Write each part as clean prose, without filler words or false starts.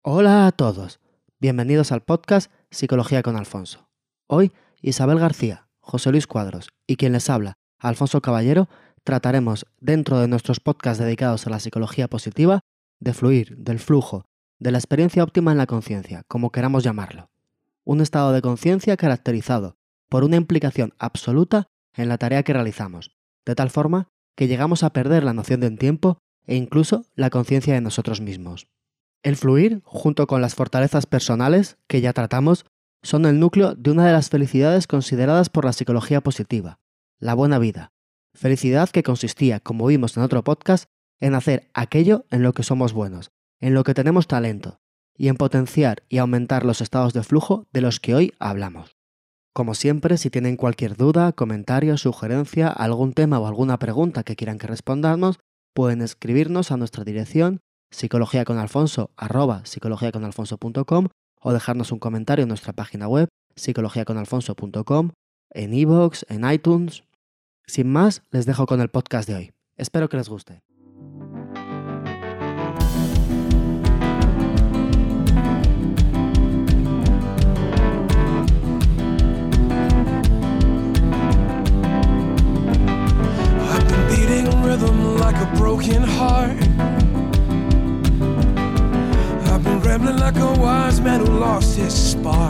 Hola a todos, bienvenidos al podcast Psicología con Alfonso. Hoy, Isabel García, José Luis Cuadros y quien les habla, Alfonso Caballero, trataremos dentro de nuestros podcasts dedicados a la psicología positiva de fluir, del flujo, de la experiencia óptima en la conciencia, como queramos llamarlo. Un estado de conciencia caracterizado por una implicación absoluta en la tarea que realizamos, de tal forma que llegamos a perder la noción del tiempo e incluso la conciencia de nosotros mismos. El fluir, junto con las fortalezas personales, que ya tratamos, son el núcleo de una de las felicidades consideradas por la psicología positiva, la buena vida. Felicidad que consistía, como vimos en otro podcast, en hacer aquello en lo que somos buenos, en lo que tenemos talento, y en potenciar y aumentar los estados de flujo de los que hoy hablamos. Como siempre, si tienen cualquier duda, comentario, sugerencia, algún tema o alguna pregunta que quieran que respondamos, pueden escribirnos a nuestra dirección psicologiaconalfonso@psicologiaconalfonso.com o dejarnos un comentario en nuestra página web psicologiaconalfonso.com, en iVoox, en iTunes. Sin más, les dejo con el podcast de hoy. Espero que les guste. I've been beating rhythm like a broken heart. I've been rambling like a wise man who lost his spark.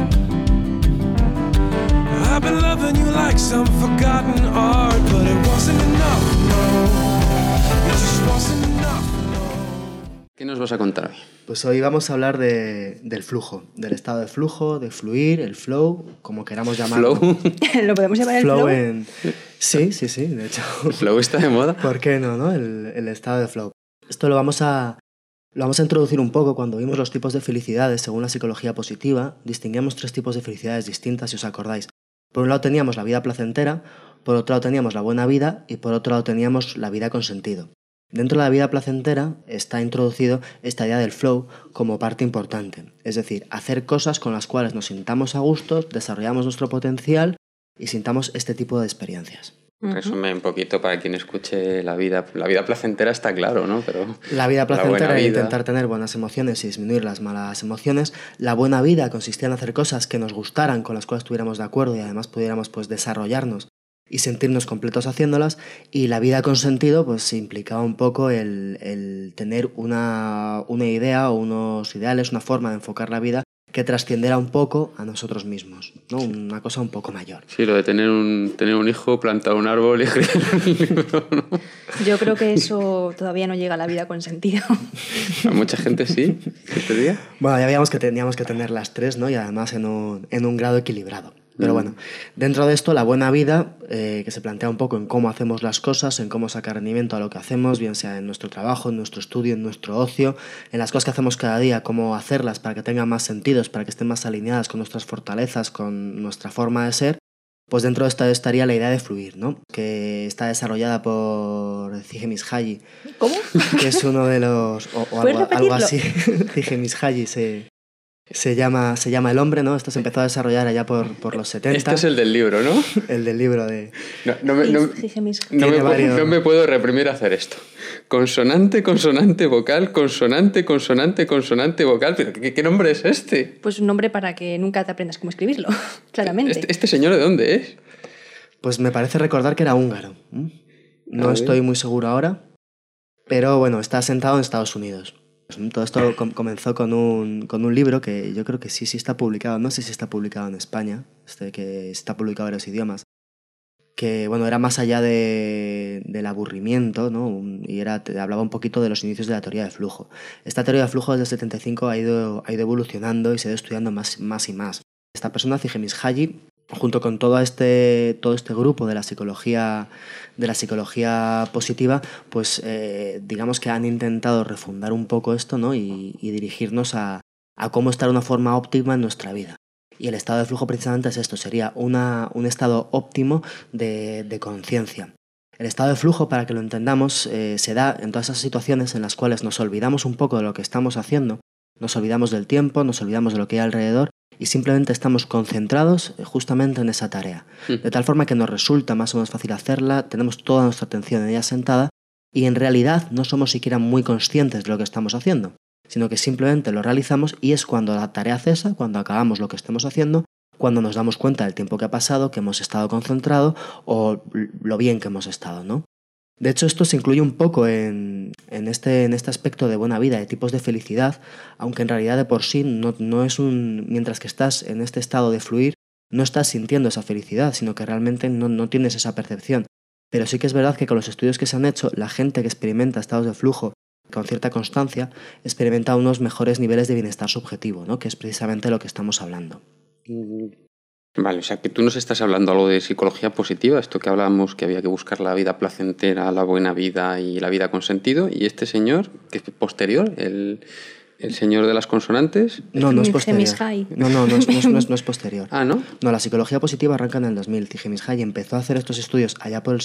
I've been loving you like some forgotten art, but it wasn't enough, no. It just wasn't enough, no. ¿Qué nos vas a contar hoy? Pues hoy vamos a hablar del flujo, del estado de flujo, de fluir, el flow, como queramos llamarlo. ¿Flow? ¿Lo podemos llamar el flow? Sí, de hecho. ¿El flow está de moda? ¿Por qué no? El estado de flow. Esto lo vamos a introducir un poco cuando vimos los tipos de felicidades según la psicología positiva. Distinguíamos 3 tipos de felicidades distintas, si os acordáis. Por un lado teníamos la vida placentera, por otro lado teníamos la buena vida y por otro lado teníamos la vida con sentido. Dentro de la vida placentera está introducido esta idea del flow como parte importante, es decir, hacer cosas con las cuales nos sintamos a gusto, desarrollamos nuestro potencial y sintamos este tipo de experiencias. Resume un poquito para quien escuche la vida. La vida placentera está claro, ¿no? Pero la vida placentera era era intentar tener buenas emociones y disminuir las malas emociones. La buena vida consistía en hacer cosas que nos gustaran, con las cuales estuviéramos de acuerdo y además pudiéramos desarrollarnos y sentirnos completos haciéndolas. Y la vida con sentido implicaba un poco el tener una idea o unos ideales, una forma de enfocar la vida que trascendiera un poco a nosotros mismos, ¿no? Una cosa un poco mayor. Sí, lo de tener un hijo, plantar un árbol y escribir un libro, ¿no? Yo creo que eso todavía no llega a la vida con sentido. A mucha gente sí, ¿qué te diría? Bueno, ya veíamos que teníamos que tener las 3, ¿no? Y además en un grado equilibrado. Pero bueno, dentro de esto, la buena vida, que se plantea un poco en cómo hacemos las cosas, en cómo sacar rendimiento a lo que hacemos, bien sea en nuestro trabajo, en nuestro estudio, en nuestro ocio, en las cosas que hacemos cada día, cómo hacerlas para que tengan más sentidos, para que estén más alineadas con nuestras fortalezas, con nuestra forma de ser. Pues dentro de esto estaría la idea de fluir, ¿no? Que está desarrollada por Csikszentmihalyi. ¿Cómo? Que es uno de los... o algo así. Csikszentmihalyi se llama el hombre, ¿no? Esto se empezó a desarrollar allá por los 70. Este es el del libro, ¿no? El del libro de... No me puedo reprimir a hacer esto. Consonante, consonante, vocal, consonante, consonante, consonante, vocal. ¿Pero qué nombre es este? Pues un nombre para que nunca te aprendas cómo escribirlo, claramente. ¿Este señor de dónde es? Pues me parece recordar que era húngaro. No estoy muy seguro ahora, pero bueno, está asentado en Estados Unidos. Todo esto comenzó con un libro que yo creo que sí está publicado, no sé si está publicado en España, que está publicado en los idiomas, que bueno, era más allá del aburrimiento, ¿no? Y hablaba un poquito de los inicios de la teoría de flujo. Esta teoría de flujo desde el 75 ha ido evolucionando y se ha ido estudiando más y más. Esta persona, Csikszentmihalyi, junto con todo este grupo de la psicología positiva, digamos que han intentado refundar un poco esto, ¿no? y dirigirnos a cómo estar de una forma óptima en nuestra vida. Y el estado de flujo precisamente es esto, sería un estado óptimo de conciencia. El estado de flujo, para que lo entendamos, se da en todas esas situaciones en las cuales nos olvidamos un poco de lo que estamos haciendo, nos olvidamos del tiempo, nos olvidamos de lo que hay alrededor y simplemente estamos concentrados justamente en esa tarea. De tal forma que nos resulta más o menos fácil hacerla, tenemos toda nuestra atención en ella sentada y en realidad no somos siquiera muy conscientes de lo que estamos haciendo. sino que simplemente lo realizamos y es cuando la tarea cesa, cuando acabamos lo que estemos haciendo, cuando nos damos cuenta del tiempo que ha pasado, que hemos estado concentrados o lo bien que hemos estado, ¿no? De hecho, esto se incluye un poco en este aspecto de buena vida, de tipos de felicidad, aunque en realidad de por sí no es mientras que estás en este estado de fluir, no estás sintiendo esa felicidad, sino que realmente no tienes esa percepción. Pero sí que es verdad que con los estudios que se han hecho, la gente que experimenta estados de flujo con cierta constancia experimenta unos mejores niveles de bienestar subjetivo, ¿no? Que es precisamente lo que estamos hablando. Vale, o sea que tú nos estás hablando algo de psicología positiva, esto que hablábamos que había que buscar la vida placentera, la buena vida y la vida con sentido, y este señor, que es posterior, el señor de las consonantes... No es posterior. No es posterior. Ah, ¿no? No, la psicología positiva arranca en el 2000. Csikszentmihalyi empezó a hacer estos estudios allá por el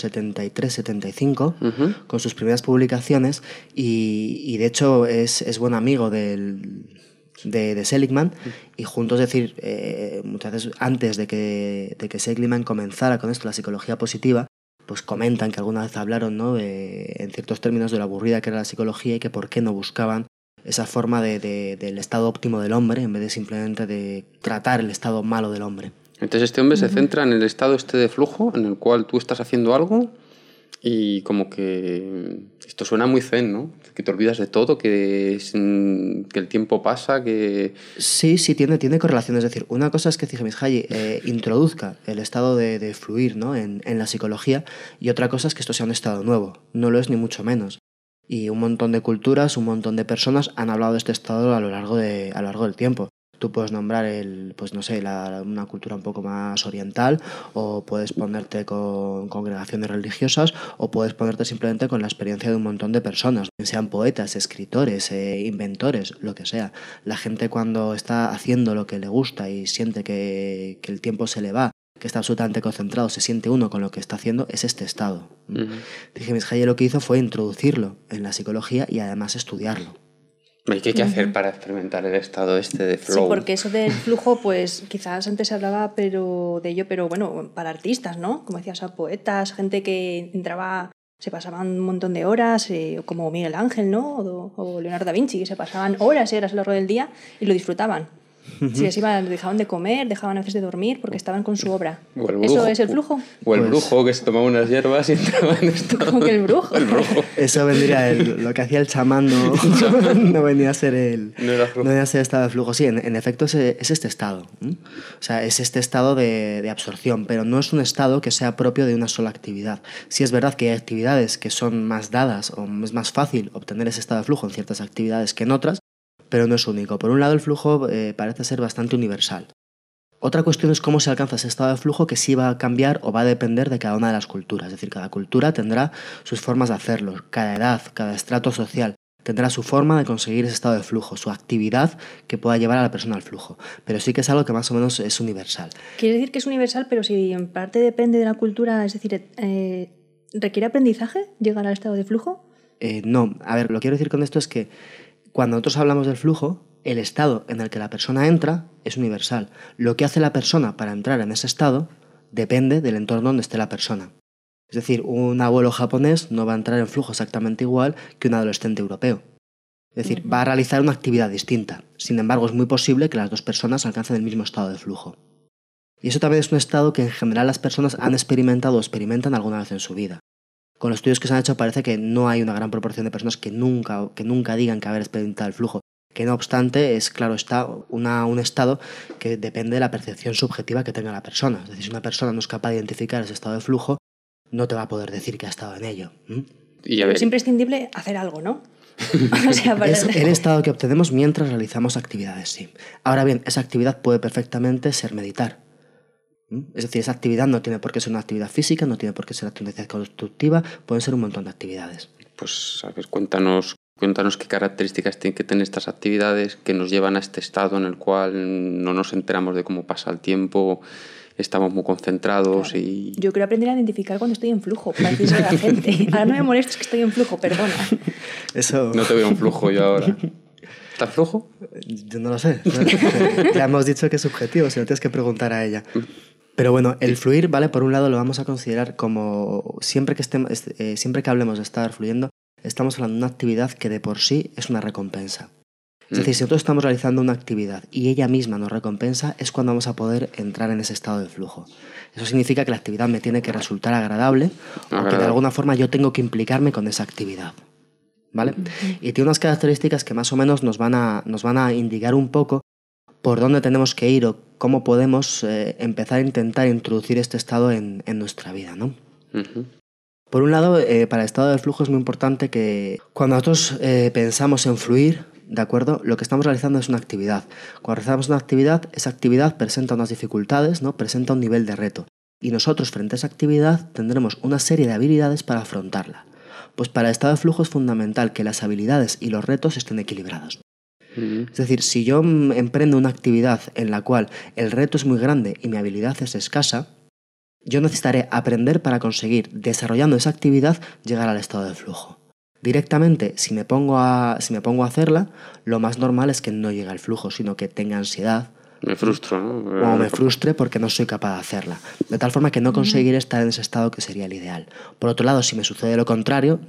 73-75 con sus primeras publicaciones y de hecho es buen amigo de Seligman y juntos, muchas veces antes de que Seligman comenzara con esto, la psicología positiva, pues comentan que alguna vez hablaron, ¿no?, en ciertos términos de lo aburrida que era la psicología y que por qué no buscaban esa forma del estado óptimo del hombre en vez de simplemente de tratar el estado malo del hombre. Entonces este hombre se centra en el estado de flujo en el cual tú estás haciendo algo y como que esto suena muy zen, ¿no? Que te olvidas de todo, que el tiempo pasa, que... Sí, tiene correlación. Es decir, una cosa es que Csikszentmihalyi introduzca el estado de fluir, ¿no?, en la psicología, y otra cosa es que esto sea un estado nuevo. No lo es ni mucho menos. Y un montón de culturas, un montón de personas han hablado de este estado a lo largo del tiempo. Tú puedes nombrar una cultura un poco más oriental, o puedes ponerte con congregaciones religiosas, o puedes ponerte simplemente con la experiencia de un montón de personas, sean poetas, escritores, inventores, lo que sea. La gente cuando está haciendo lo que le gusta y siente que el tiempo se le va, que está absolutamente concentrado, se siente uno con lo que está haciendo, es este estado. Csikszentmihalyi lo que hizo fue introducirlo en la psicología y además estudiarlo. ¿Y qué hay que hacer para experimentar el estado de flow? Sí, porque eso del flujo, pues quizás antes se hablaba de ello, pero bueno, para artistas, ¿no? Como decías, a poetas, gente que entraba, se pasaban un montón de horas, como Miguel Ángel, ¿no? O Leonardo da Vinci, que se pasaban horas y horas a lo largo del día y lo disfrutaban. Si les dejaban de comer, dejaban a veces de dormir porque estaban con su obra. ¿Eso es el flujo? O el brujo que se tomaba unas hierbas y entraba en estado... ¿Cómo que el brujo? El brujo. Eso vendría, lo que hacía el chamán no venía a ser no venía a ser estado de flujo. Sí, en efecto es este estado. O sea, es este estado de absorción, pero no es un estado que sea propio de una sola actividad. Sí es verdad que hay actividades que son más dadas o es más fácil obtener ese estado de flujo en ciertas actividades que en otras, pero no es único. Por un lado, el flujo parece ser bastante universal. Otra cuestión es cómo se alcanza ese estado de flujo, que sí va a cambiar o va a depender de cada una de las culturas. Es decir, cada cultura tendrá sus formas de hacerlo. Cada edad, cada estrato social tendrá su forma de conseguir ese estado de flujo, su actividad que pueda llevar a la persona al flujo. Pero sí que es algo que más o menos es universal. Quiere decir que es universal, pero si en parte depende de la cultura, es decir, ¿requiere aprendizaje llegar al estado de flujo? No. A ver, lo que quiero decir con esto es que cuando nosotros hablamos del flujo, el estado en el que la persona entra es universal. Lo que hace la persona para entrar en ese estado depende del entorno donde esté la persona. Es decir, un abuelo japonés no va a entrar en flujo exactamente igual que un adolescente europeo. Es decir, va a realizar una actividad distinta. Sin embargo, es muy posible que las dos personas alcancen el mismo estado de flujo. Y eso también es un estado que en general las personas han experimentado o experimentan alguna vez en su vida. Con los estudios que se han hecho parece que no hay una gran proporción de personas que nunca digan que haber experimentado el flujo. Que no obstante, es claro, está un estado que depende de la percepción subjetiva que tenga la persona. Es decir, si una persona no es capaz de identificar ese estado de flujo, no te va a poder decir que ha estado en ello. Y a ver, es imprescindible hacer algo, ¿no? O sea, es el estado que obtenemos mientras realizamos actividades, sí. Ahora bien, esa actividad puede perfectamente ser meditar. Es decir, esa actividad no tiene por qué ser una actividad física, no tiene por qué ser una actividad constructiva, pueden ser un montón de actividades. Pues, a ver, cuéntanos qué características tienen que tener estas actividades que nos llevan a este estado en el cual no nos enteramos de cómo pasa el tiempo, estamos muy concentrados. Claro. Y... Yo quiero aprender a identificar cuando estoy en flujo, para decirle a la gente. Ahora no me molestes que estoy en flujo, perdona. Eso... No te veo en flujo yo ahora. ¿Estás flojo? Yo no lo sé. Ya hemos dicho que es subjetivo, si no tienes que preguntar a ella. Pero bueno, el fluir, ¿vale? Por un lado lo vamos a considerar como siempre que hablemos de estar fluyendo, estamos hablando de una actividad que de por sí es una recompensa. Es decir, si nosotros estamos realizando una actividad y ella misma nos recompensa, es cuando vamos a poder entrar en ese estado de flujo. Eso significa que la actividad me tiene que resultar agradable o que de alguna forma yo tengo que implicarme con esa actividad. ¿Vale? Y tiene unas características que más o menos nos van a indicar un poco por dónde tenemos que ir o cómo podemos empezar a intentar introducir este estado en nuestra vida, ¿no? Por un lado, para el estado de flujo es muy importante que cuando nosotros pensamos en fluir, ¿de acuerdo? Lo que estamos realizando es una actividad. Cuando realizamos una actividad, esa actividad presenta unas dificultades, ¿no? Presenta un nivel de reto. Y nosotros, frente a esa actividad, tendremos una serie de habilidades para afrontarla. Pues para el estado de flujo es fundamental que las habilidades y los retos estén equilibrados. Es decir, si yo emprendo una actividad en la cual el reto es muy grande y mi habilidad es escasa, yo necesitaré aprender para conseguir, desarrollando esa actividad, llegar al estado de flujo. Directamente, si me pongo a hacerla, lo más normal es que no llegue al flujo, sino que tenga ansiedad. Me frustro, ¿no? O me frustre porque no soy capaz de hacerla. De tal forma que no conseguiré estar en ese estado que sería el ideal. Por otro lado, si me sucede lo contrario,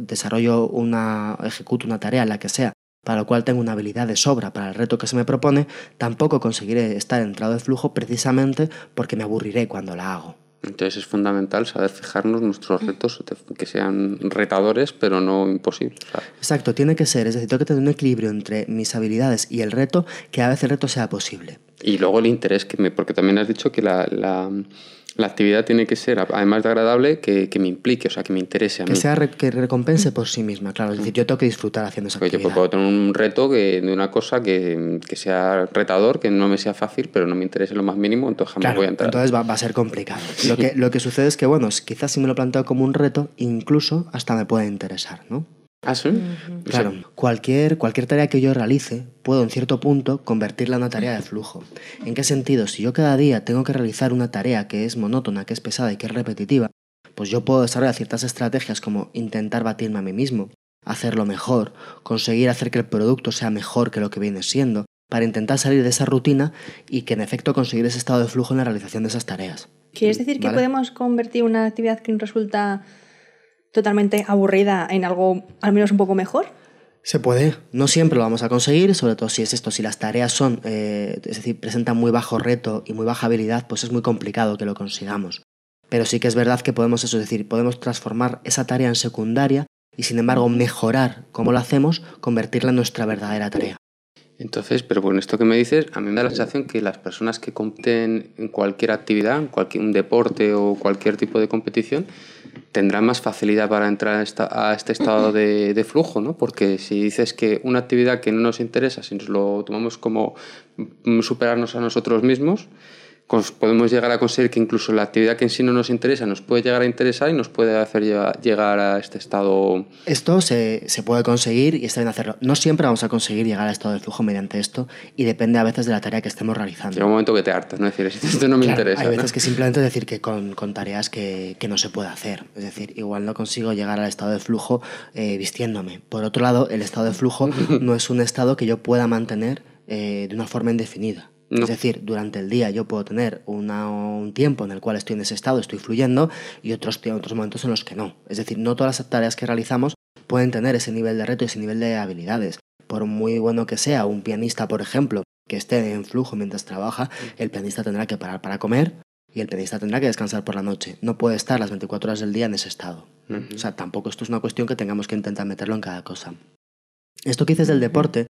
ejecuto una tarea, la que sea, para lo cual tengo una habilidad de sobra para el reto que se me propone, tampoco conseguiré estar en estado de flujo precisamente porque me aburriré cuando la hago. Entonces es fundamental saber fijarnos nuestros retos, que sean retadores, pero no imposibles, ¿sabes? Exacto, tiene que ser, es decir, tengo que tener un equilibrio entre mis habilidades y el reto, que a veces el reto sea posible. Y luego el interés, porque también has dicho que la actividad tiene que ser, además de agradable, que me implique, o sea, que me interese a mí. Que recompense por sí misma, claro. Es decir, yo tengo que disfrutar haciendo esa actividad. Yo puedo tener un reto de una cosa que sea retador, que no me sea fácil, pero no me interese lo más mínimo, entonces jamás voy a entrar. Entonces va a ser complicado. Lo que sucede es que, bueno, quizás si me lo planteo como un reto, incluso hasta me puede interesar, ¿no? ¿Ah, sí? Claro, cualquier tarea que yo realice, puedo en cierto punto convertirla en una tarea de flujo. ¿En qué sentido? Si yo cada día tengo que realizar una tarea que es monótona, que es pesada y que es repetitiva, pues yo puedo desarrollar ciertas estrategias como intentar batirme a mí mismo, hacerlo mejor, conseguir hacer que el producto sea mejor que lo que viene siendo, para intentar salir de esa rutina y que en efecto conseguir ese estado de flujo en la realización de esas tareas. ¿Quieres decir que podemos convertir una actividad que nos resulta totalmente aburrida en algo al menos un poco mejor? Se puede, no siempre lo vamos a conseguir, sobre todo si las tareas son, es decir, presentan muy bajo reto y muy baja habilidad, pues es muy complicado que lo consigamos. Pero sí que es verdad que podemos podemos transformar esa tarea en secundaria y sin embargo mejorar cómo lo hacemos, convertirla en nuestra verdadera tarea. Entonces, pero con esto que me dices, a mí me da la sensación que las personas que compiten en cualquier actividad, un deporte o cualquier tipo de competición, tendrán más facilidad para entrar a este estado de flujo, ¿no? Porque si dices que una actividad que no nos interesa, si nos lo tomamos como superarnos a nosotros mismos, podemos llegar a conseguir que incluso la actividad que en sí no nos interesa nos puede llegar a interesar y nos puede hacer llegar a este estado. Esto se puede conseguir y está bien hacerlo. No siempre vamos a conseguir llegar al estado de flujo mediante esto y depende a veces de la tarea que estemos realizando. Llega un momento que te hartas, ¿no? Es decir, esto no me interesa. Hay veces ¿no? que simplemente decir que con tareas que no se puede hacer. Es decir, igual no consigo llegar al estado de flujo vistiéndome. Por otro lado, el estado de flujo no es un estado que yo pueda mantener de una forma indefinida. No. Es decir, durante el día yo puedo tener un tiempo en el cual estoy en ese estado, estoy fluyendo, y otros momentos en los que no. Es decir, no todas las tareas que realizamos pueden tener ese nivel de reto y ese nivel de habilidades. Por muy bueno que sea un pianista, por ejemplo, que esté en flujo mientras trabaja, el pianista tendrá que parar para comer y el pianista tendrá que descansar por la noche. No puede estar las 24 horas del día en ese estado. O sea, tampoco esto es una cuestión que tengamos que intentar meterlo en cada cosa. Esto que dices del deporte,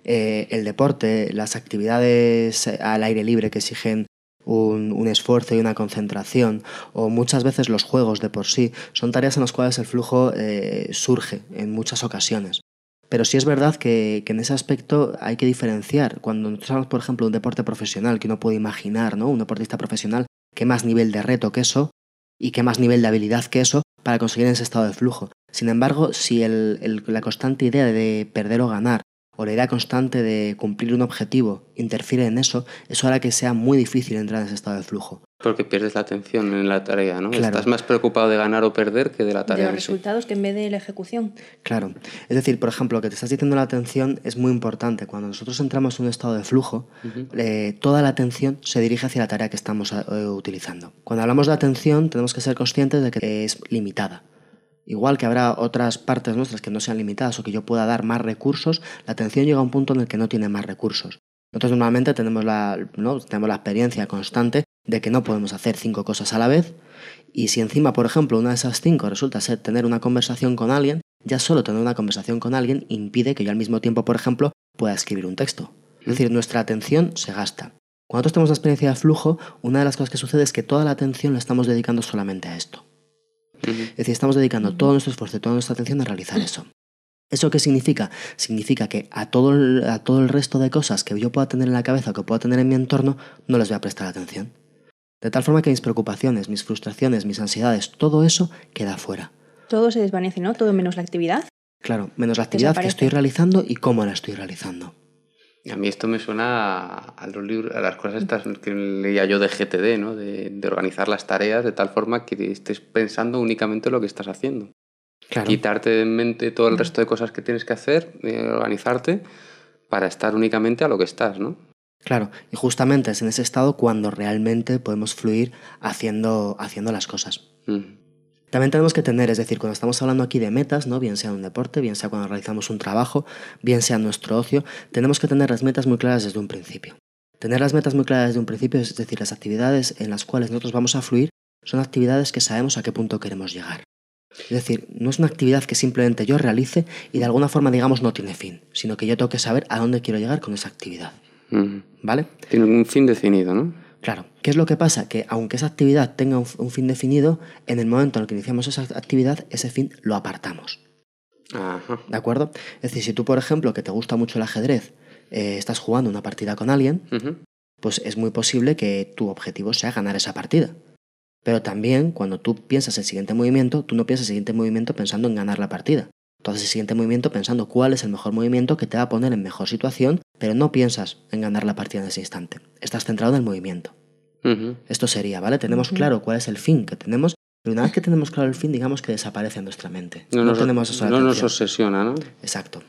el deporte, las actividades al aire libre que exigen un esfuerzo y una concentración, o muchas veces los juegos de por sí, son tareas en las cuales el flujo surge en muchas ocasiones. Pero sí es verdad que en ese aspecto hay que diferenciar. Cuando nosotros hablamos, por ejemplo, de un deporte profesional que uno puede imaginar, ¿no? Un deportista profesional, qué más nivel de reto que eso y qué más nivel de habilidad que eso para conseguir ese estado de flujo. Sin embargo, si la constante idea de perder o ganar o la idea constante de cumplir un objetivo interfiere en eso hará que sea muy difícil entrar en ese estado de flujo. Porque pierdes la atención en la tarea, ¿no? Claro. Estás más preocupado de ganar o perder que de la tarea. De los resultados que en vez de la ejecución. Claro. Es decir, por ejemplo, lo que te estás diciendo la atención es muy importante. Cuando nosotros entramos en un estado de flujo, toda la atención se dirige hacia la tarea que estamos utilizando. Cuando hablamos de atención, tenemos que ser conscientes de que es limitada. Igual que habrá otras partes nuestras que no sean limitadas o que yo pueda dar más recursos, la atención llega a un punto en el que no tiene más recursos. Nosotros normalmente tenemos la experiencia constante de que no podemos hacer 5 cosas a la vez, y si encima, por ejemplo, una de esas 5 resulta ser tener una conversación con alguien, ya solo tener una conversación con alguien impide que yo al mismo tiempo, por ejemplo, pueda escribir un texto. Es decir, nuestra atención se gasta. Cuando nosotros tenemos la experiencia de flujo, una de las cosas que sucede es que toda la atención la estamos dedicando solamente a esto. Es decir, estamos dedicando todo nuestro esfuerzo y toda nuestra atención a realizar eso. ¿Eso qué significa? Significa que a todo el resto de cosas que yo pueda tener en la cabeza o que pueda tener en mi entorno, no les voy a prestar atención. De tal forma que mis preocupaciones, mis frustraciones, mis ansiedades, todo eso queda fuera. Todo se desvanece, ¿no? Todo menos la actividad. Claro, menos la actividad que estoy realizando y cómo la estoy realizando. A mí esto me suena a los libros, a las cosas estas que leía yo de GTD, ¿no? De organizar las tareas de tal forma que estés pensando únicamente en lo que estás haciendo. Claro. Quitarte de mente todo el resto de cosas que tienes que hacer, organizarte para estar únicamente a lo que estás, ¿no? Claro, y justamente es en ese estado cuando realmente podemos fluir haciendo las cosas. También tenemos que tener, es decir, cuando estamos hablando aquí de metas, ¿no? Bien sea un deporte, bien sea cuando realizamos un trabajo, bien sea nuestro ocio, tenemos que tener las metas muy claras desde un principio. Tener las metas muy claras desde un principio, es decir, las actividades en las cuales nosotros vamos a fluir, son actividades que sabemos a qué punto queremos llegar. Es decir, no es una actividad que simplemente yo realice y de alguna forma, digamos, no tiene fin, sino que yo tengo que saber a dónde quiero llegar con esa actividad. ¿Vale? Tiene un fin definido, ¿no? Claro. ¿Qué es lo que pasa? Que aunque esa actividad tenga un fin definido, en el momento en el que iniciamos esa actividad, ese fin lo apartamos. Ajá. ¿De acuerdo? Es decir, si tú, por ejemplo, que te gusta mucho el ajedrez, estás jugando una partida con alguien, pues es muy posible que tu objetivo sea ganar esa partida. Pero también, cuando tú piensas el siguiente movimiento, tú no piensas el siguiente movimiento pensando en ganar la partida. Tú haces el siguiente movimiento pensando cuál es el mejor movimiento que te va a poner en mejor situación, pero no piensas en ganar la partida en ese instante. Estás centrado en el movimiento. Esto sería, ¿vale? Tenemos claro cuál es el fin que tenemos, pero una vez que tenemos claro el fin, digamos que desaparece en nuestra mente. No nos obsesiona, ¿no? Exacto.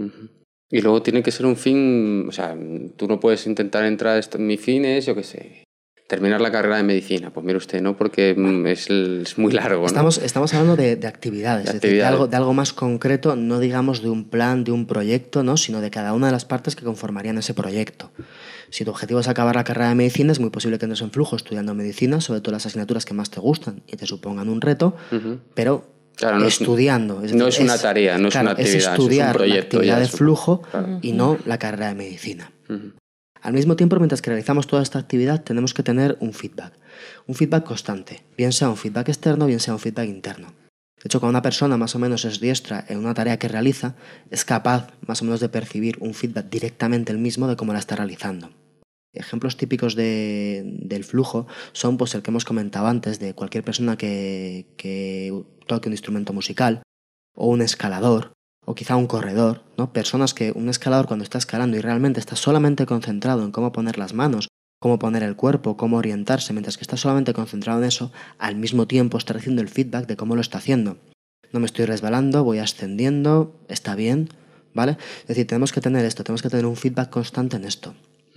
Y luego tiene que ser un fin, o sea, tú no puedes intentar entrar, mi fin es, yo qué sé, terminar la carrera de medicina. Pues mire usted, ¿no? Porque es muy largo, ¿no? Estamos hablando de actividades, es decir, de algo más concreto, no digamos de un plan, de un proyecto, ¿no? Sino de cada una de las partes que conformarían ese proyecto. Si tu objetivo es acabar la carrera de medicina, es muy posible que entres en flujo estudiando medicina, sobre todo las asignaturas que más te gustan y te supongan un reto, pero claro, estudiando. No es una tarea, no es una actividad, es estudiar es un proyecto, la actividad de flujo y no la carrera de medicina. Al mismo tiempo, mientras que realizamos toda esta actividad, tenemos que tener un feedback constante, bien sea un feedback externo, bien sea un feedback interno. De hecho, cuando una persona más o menos es diestra en una tarea que realiza, es capaz más o menos de percibir un feedback directamente el mismo de cómo la está realizando. Ejemplos típicos del flujo son pues el que hemos comentado antes de cualquier persona que toque un instrumento musical o un escalador o quizá un corredor, ¿no? Personas que un escalador cuando está escalando y realmente está solamente concentrado en cómo poner las manos, cómo poner el cuerpo, cómo orientarse, mientras que está solamente concentrado en eso, al mismo tiempo está recibiendo el feedback de cómo lo está haciendo. No me estoy resbalando, voy ascendiendo, está bien, ¿vale? Es decir, tenemos que tener esto, tenemos que tener un feedback constante en esto.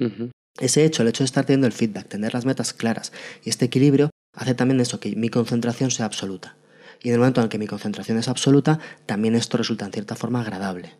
Ese hecho, el hecho de estar teniendo el feedback, tener las metas claras y este equilibrio hace también eso, que mi concentración sea absoluta. Y en el momento en el que mi concentración es absoluta, también esto resulta en cierta forma agradable.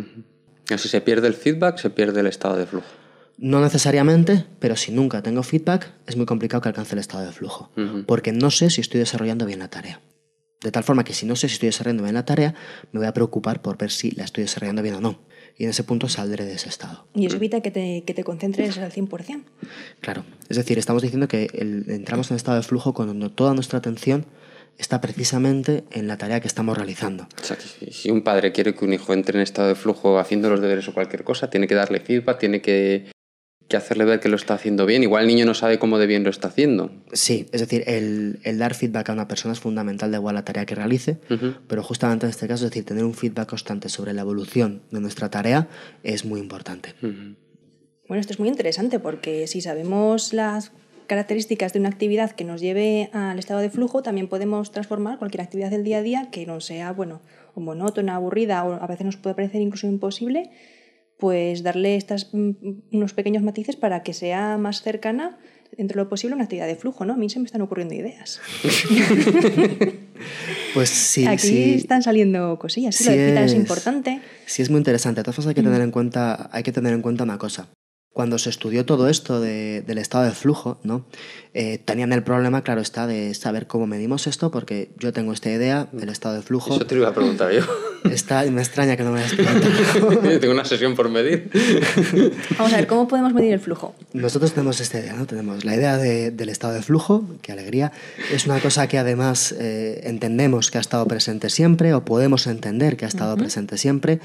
Si se pierde el feedback, se pierde el estado de flujo. No necesariamente, pero si nunca tengo feedback, es muy complicado que alcance el estado de flujo, porque no sé si estoy desarrollando bien la tarea. De tal forma que si no sé si estoy desarrollando bien la tarea, me voy a preocupar por ver si la estoy desarrollando bien o no. Y en ese punto saldré de ese estado. Y eso evita que te concentres al 100%. Claro. Es decir, estamos diciendo que entramos en estado de flujo cuando toda nuestra atención está precisamente en la tarea que estamos realizando. O sea, si un padre quiere que un hijo entre en estado de flujo haciendo los deberes o cualquier cosa, tiene que darle feedback, tiene que hacerle ver que lo está haciendo bien. Igual el niño no sabe cómo de bien lo está haciendo. Sí, es decir, el dar feedback a una persona es fundamental de igual la tarea que realice, pero justamente en este caso, es decir, tener un feedback constante sobre la evolución de nuestra tarea es muy importante. Bueno, esto es muy interesante porque si sabemos las características de una actividad que nos lleve al estado de flujo, también podemos transformar cualquier actividad del día a día que no sea, bueno, o monótona, aburrida, o a veces nos puede parecer incluso imposible, pues darle unos pequeños matices para que sea más cercana, dentro de lo posible, una actividad de flujo, ¿no? A mí se me están ocurriendo ideas. Pues sí, Aquí sí. están saliendo cosillas, sí, lo Sí de citas es es- importante. Sí, es muy interesante. De todas formas, hay que tener en cuenta una cosa. Cuando se estudió todo esto del estado de flujo, ¿no? Tenían el problema, claro está, de saber cómo medimos esto, porque yo tengo esta idea, el estado de flujo. Eso te lo iba a preguntar yo. Me extraña que no me hayas preguntado. Tengo una sesión por medir. Vamos a ver, ¿cómo podemos medir el flujo? Nosotros tenemos esta idea, ¿no? Tenemos la idea del estado de flujo, qué alegría. Es una cosa que además entendemos que ha estado presente siempre, o podemos entender que ha estado presente siempre,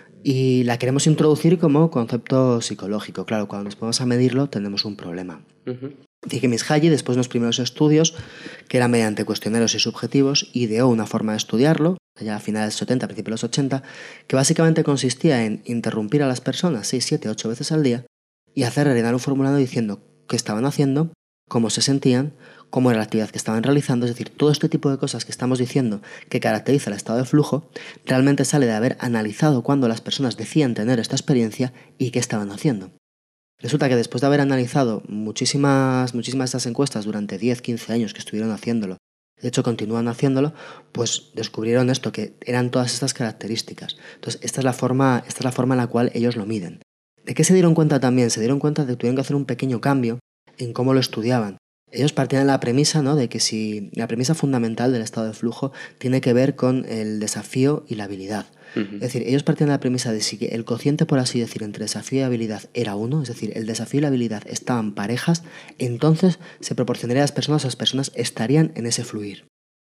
y la queremos introducir como concepto psicológico. Claro, cuando nos ponemos a medirlo tenemos un problema. Csikszentmihalyi, después de unos primeros estudios, que eran mediante cuestionarios y subjetivos, ideó una forma de estudiarlo, ya a finales de los 70, principios de los 80, que básicamente consistía en interrumpir a las personas 6, 7, 8 veces al día y hacer rellenar un formulario diciendo qué estaban haciendo, cómo se sentían, cómo era la actividad que estaban realizando. Es decir, todo este tipo de cosas que estamos diciendo que caracteriza el estado de flujo realmente sale de haber analizado cuando las personas decían tener esta experiencia y qué estaban haciendo. Resulta que después de haber analizado muchísimas de estas encuestas durante 10, 15 años que estuvieron haciéndolo, de hecho continúan haciéndolo, pues descubrieron esto, que eran todas estas características. Entonces, esta es la forma en la cual ellos lo miden. ¿De qué se dieron cuenta también? Se dieron cuenta de que tuvieron que hacer un pequeño cambio en cómo lo estudiaban. Ellos partían de la premisa, ¿no?, de que si la premisa fundamental del estado de flujo tiene que ver con el desafío y la habilidad. Es decir, ellos partían de la premisa de si el cociente, por así decir, entre desafío y habilidad era 1, es decir, el desafío y la habilidad estaban parejas, entonces se proporcionaría a las personas estarían en ese fluir.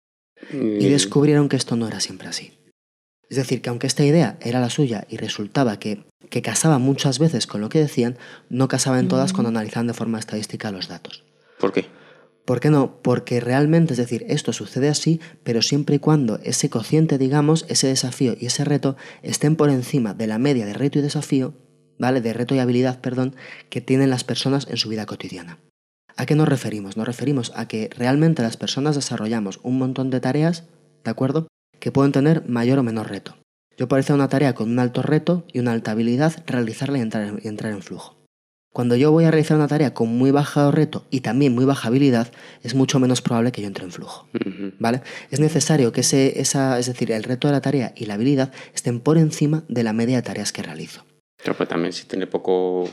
Y descubrieron que esto no era siempre así. Es decir, que aunque esta idea era la suya y resultaba que casaba muchas veces con lo que decían, no casaba en todas cuando analizaban de forma estadística los datos. ¿Por qué? ¿Por qué no? Porque realmente, es decir, esto sucede así, pero siempre y cuando ese cociente, digamos, ese desafío y ese reto estén por encima de la media de reto y desafío, ¿vale? De reto y habilidad, perdón, que tienen las personas en su vida cotidiana. ¿A qué nos referimos? Nos referimos a que realmente las personas desarrollamos un montón de tareas, ¿de acuerdo?, que pueden tener mayor o menor reto. Yo puedo hacer una tarea con un alto reto y una alta habilidad, realizarla y entrar en flujo. Cuando yo voy a realizar una tarea con muy bajo reto y también muy baja habilidad, es mucho menos probable que yo entre en flujo, ¿vale? Es necesario que es decir, el reto de la tarea y la habilidad estén por encima de la media de tareas que realizo. Pero pues también si tiene poco,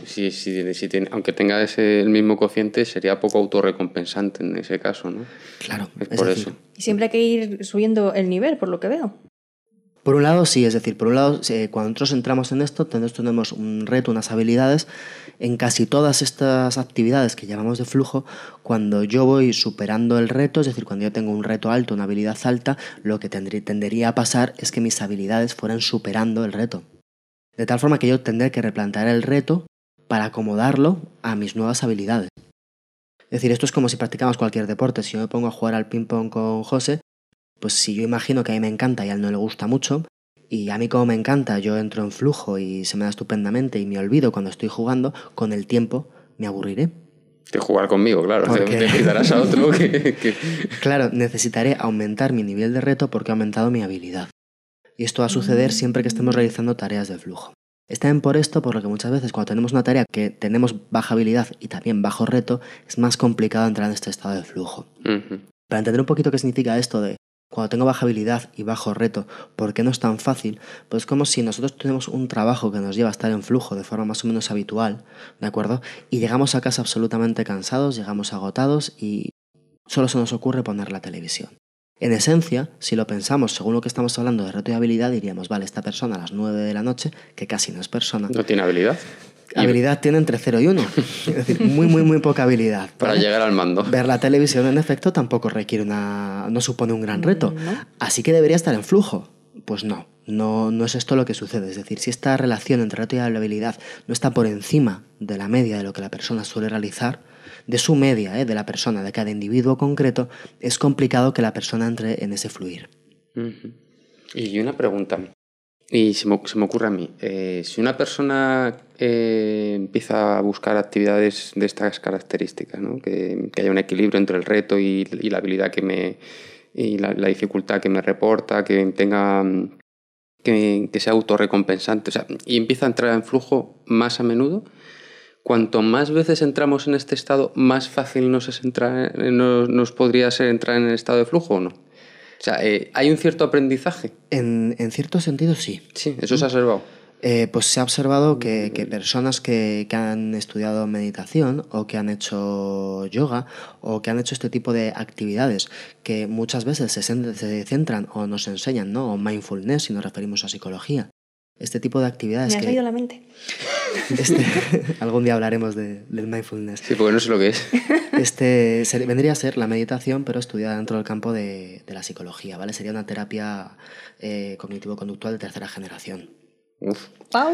aunque tenga el mismo cociente, sería poco autorrecompensante en ese caso, ¿no? Claro, es por eso. Y siempre hay que ir subiendo el nivel, por lo que veo. Por un lado, sí, es decir, por un lado, cuando nosotros entramos en esto, tenemos un reto, unas habilidades. En casi todas estas actividades que llamamos de flujo, cuando yo voy superando el reto, es decir, cuando yo tengo un reto alto, una habilidad alta, lo que tendería a pasar es que mis habilidades fueran superando el reto. De tal forma que yo tendré que replantear el reto para acomodarlo a mis nuevas habilidades. Es decir, esto es como si practicamos cualquier deporte. Si yo me pongo a jugar al ping-pong con José, pues si yo imagino que a mí me encanta y a él no le gusta mucho, y a mí como me encanta, yo entro en flujo y se me da estupendamente y me olvido cuando estoy jugando, con el tiempo me aburriré. De jugar conmigo, claro. Te quitarás a otro que... Claro, necesitaré aumentar mi nivel de reto porque he aumentado mi habilidad. Y esto va a suceder siempre que estemos realizando tareas de flujo. Está bien por esto, por lo que muchas veces cuando tenemos una tarea que tenemos baja habilidad y también bajo reto, es más complicado entrar en este estado de flujo. Para entender un poquito qué significa esto de cuando tengo baja habilidad y bajo reto, ¿por qué no es tan fácil? Pues es como si nosotros tenemos un trabajo que nos lleva a estar en flujo de forma más o menos habitual, ¿de acuerdo? Y llegamos a casa absolutamente cansados, llegamos agotados y solo se nos ocurre poner la televisión. En esencia, si lo pensamos según lo que estamos hablando de reto y habilidad, diríamos, vale, esta persona a las 9 de la noche, que casi no es persona. No tiene habilidad. Habilidad tiene entre 0 y 1. Es decir, muy poca habilidad. Para llegar al mando. Ver la televisión, en efecto, tampoco requiere no supone un gran reto. ¿No? Así que debería estar en flujo. Pues no es esto lo que sucede. Es decir, si esta relación entre reto y habilidad no está por encima de la media de lo que la persona suele realizar, de su media, de la persona, de cada individuo concreto, es complicado que la persona entre en ese fluir. Y una pregunta, y se me ocurre a mí, si una persona empieza a buscar actividades de estas características, ¿no? que haya un equilibrio entre el reto y la habilidad y la dificultad que me reporta, que tenga que sea autorrecompensante, o sea, y empieza a entrar en flujo más a menudo, cuanto más veces entramos en este estado, más fácil nos podría ser entrar en el estado de flujo, ¿o no? O sea, ¿hay un cierto aprendizaje? En cierto sentido, sí. Sí, eso se ha observado. Pues se ha observado que personas que han estudiado meditación o que han hecho yoga o que han hecho este tipo de actividades que muchas veces se centran o nos enseñan, ¿no? O mindfulness, si nos referimos a psicología. Este tipo de actividades Me has leído la mente. Algún día hablaremos del mindfulness. Sí, porque no sé lo que es. Vendría a ser la meditación, pero estudiada dentro del campo de la psicología, ¿vale? Sería una terapia cognitivo-conductual de tercera generación. Uf. Pau,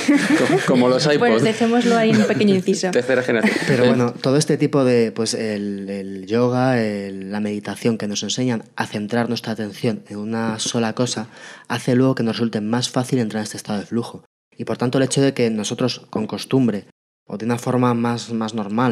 Como los iPods. Pues dejémoslo ahí en un pequeño inciso. Tercera generación. Pero bueno, todo este tipo de, pues el yoga, la meditación que nos enseñan a centrar nuestra atención en una sola cosa, hace luego que nos resulte más fácil entrar en este estado de flujo. Y por tanto el hecho de que nosotros con costumbre o de una forma más normal,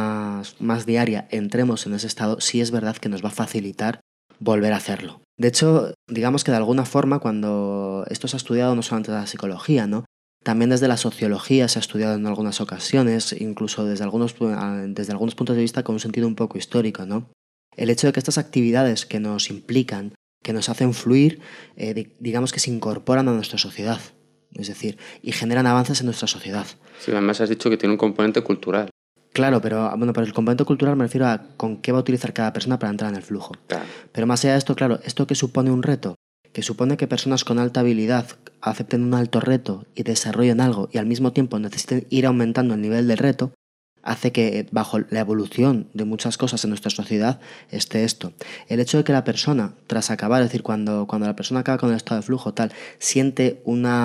más diaria, entremos en ese estado, sí es verdad que nos va a facilitar volver a hacerlo. De hecho, digamos que de alguna forma cuando esto se ha estudiado no solamente desde la psicología, ¿no? También desde la sociología se ha estudiado en algunas ocasiones, incluso desde algunos puntos de vista con un sentido un poco histórico, ¿no? El hecho de que estas actividades que nos implican, que nos hacen fluir, digamos que se incorporan a nuestra sociedad, es decir, y generan avances en nuestra sociedad. Sí, además has dicho que tiene un componente cultural. Claro, pero el componente cultural me refiero a con qué va a utilizar cada persona para entrar en el flujo. Claro. Pero más allá de esto, claro, esto que supone un reto, que supone que personas con alta habilidad acepten un alto reto y desarrollen algo y al mismo tiempo necesiten ir aumentando el nivel del reto, hace que bajo la evolución de muchas cosas en nuestra sociedad esté esto. El hecho de que la persona, tras acabar, es decir, cuando la persona acaba con el estado de flujo tal, se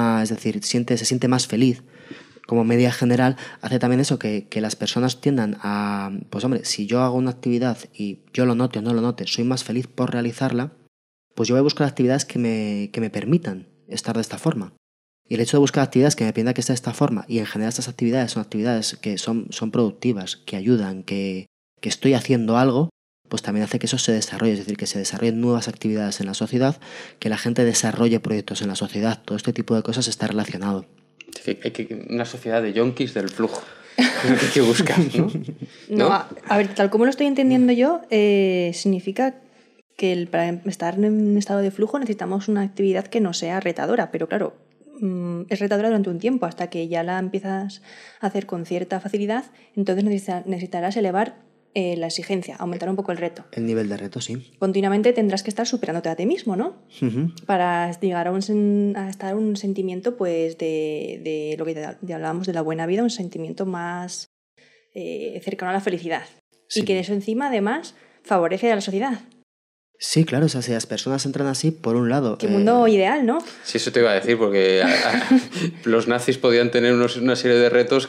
siente más feliz, como media general, hace también eso, que las personas tiendan a, pues hombre, si yo hago una actividad y yo lo note o no lo note, soy más feliz por realizarla, pues yo voy a buscar actividades que me permitan estar de esta forma. Y el hecho de buscar actividades que me permitan que esté de esta forma, y en general estas actividades son actividades que son productivas, que ayudan, que estoy haciendo algo, pues también hace que eso se desarrolle, es decir, que se desarrollen nuevas actividades en la sociedad, que la gente desarrolle proyectos en la sociedad. Todo este tipo de cosas está relacionado. Hay que una sociedad de yonkis del flujo. Es lo que hay que buscar, ¿no? No, a ver, tal como lo estoy entendiendo yo, significa que para estar en un estado de flujo necesitamos una actividad que no sea retadora, pero claro, es retadora durante un tiempo, hasta que ya la empiezas a hacer con cierta facilidad, entonces necesitarás elevar la exigencia, aumentar un poco el reto. El nivel de reto, sí. Continuamente tendrás que estar superándote a ti mismo, ¿no? Uh-huh. Para llegar a estar un sentimiento, pues, de lo que ya hablábamos de la buena vida, un sentimiento más cercano a la felicidad. Sí. Y que eso encima, además, favorece a la sociedad. Sí, claro, o sea, si las personas entran así, por un lado... Qué mundo ideal, ¿no? Sí, eso te iba a decir, porque los nazis podían tener una serie de retos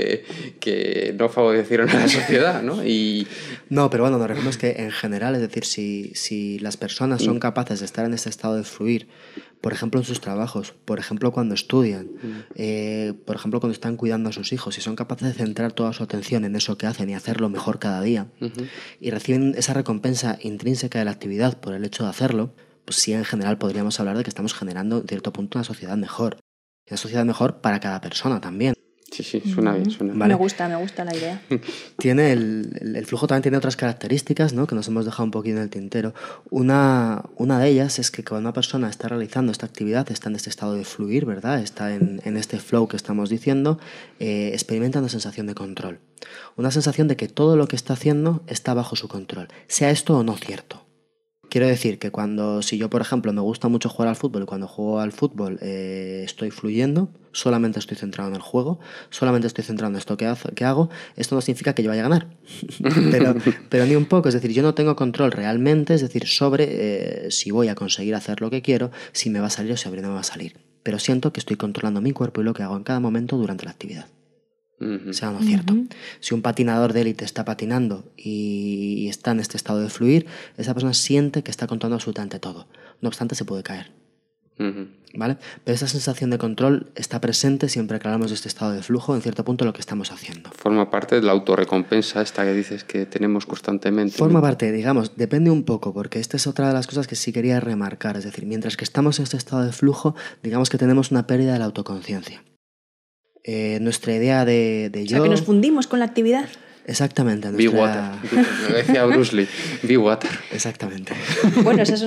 que no favorecieron a la sociedad, ¿no? No, pero bueno, nos referimos que en general, es decir, si las personas son capaces de estar en este estado de fluir, por ejemplo en sus trabajos, por ejemplo cuando estudian, por ejemplo cuando están cuidando a sus hijos, si son capaces de centrar toda su atención en eso que hacen y hacerlo mejor cada día, y reciben esa recompensa intrínseca de la actividad por el hecho de hacerlo, pues sí, en general podríamos hablar de que estamos generando en cierto punto una sociedad mejor. Una sociedad mejor para cada persona también. Sí, suena bien, suena bien. Vale. Me gusta la idea. Tiene el flujo también tiene otras características, ¿no?, que nos hemos dejado un poquito en el tintero. Una de ellas es que cuando una persona está realizando esta actividad, está en este estado de fluir, ¿verdad?, está en este flow que estamos diciendo, experimenta una sensación de control. Una sensación de que todo lo que está haciendo está bajo su control, sea esto o no cierto. Quiero decir que si yo, por ejemplo, me gusta mucho jugar al fútbol y cuando juego al fútbol estoy fluyendo, solamente estoy centrado en el juego, solamente estoy centrado en esto que hago, esto no significa que yo vaya a ganar, pero ni un poco. Es decir, yo no tengo control realmente, es decir, sobre si voy a conseguir hacer lo que quiero, si me va a salir o si no me va a salir. Pero siento que estoy controlando mi cuerpo y lo que hago en cada momento durante la actividad. Sea no cierto. Si un patinador de élite está patinando y está en este estado de fluir, esa persona siente que está controlando absolutamente todo. No obstante, se puede caer. ¿Vale? Pero esa sensación de control está presente siempre que hablamos de este estado de flujo, en cierto punto, lo que estamos haciendo. Forma parte de la autorrecompensa esta que dices que tenemos constantemente. Forma parte, digamos, depende un poco, porque esta es otra de las cosas que sí quería remarcar. Es decir, mientras que estamos en este estado de flujo, digamos que tenemos una pérdida de la autoconciencia. Nuestra idea de yo... O sea, que nos fundimos con la actividad. Exactamente. Be water. Lo decía Bruce Lee. Be water. Exactamente. Bueno, esa es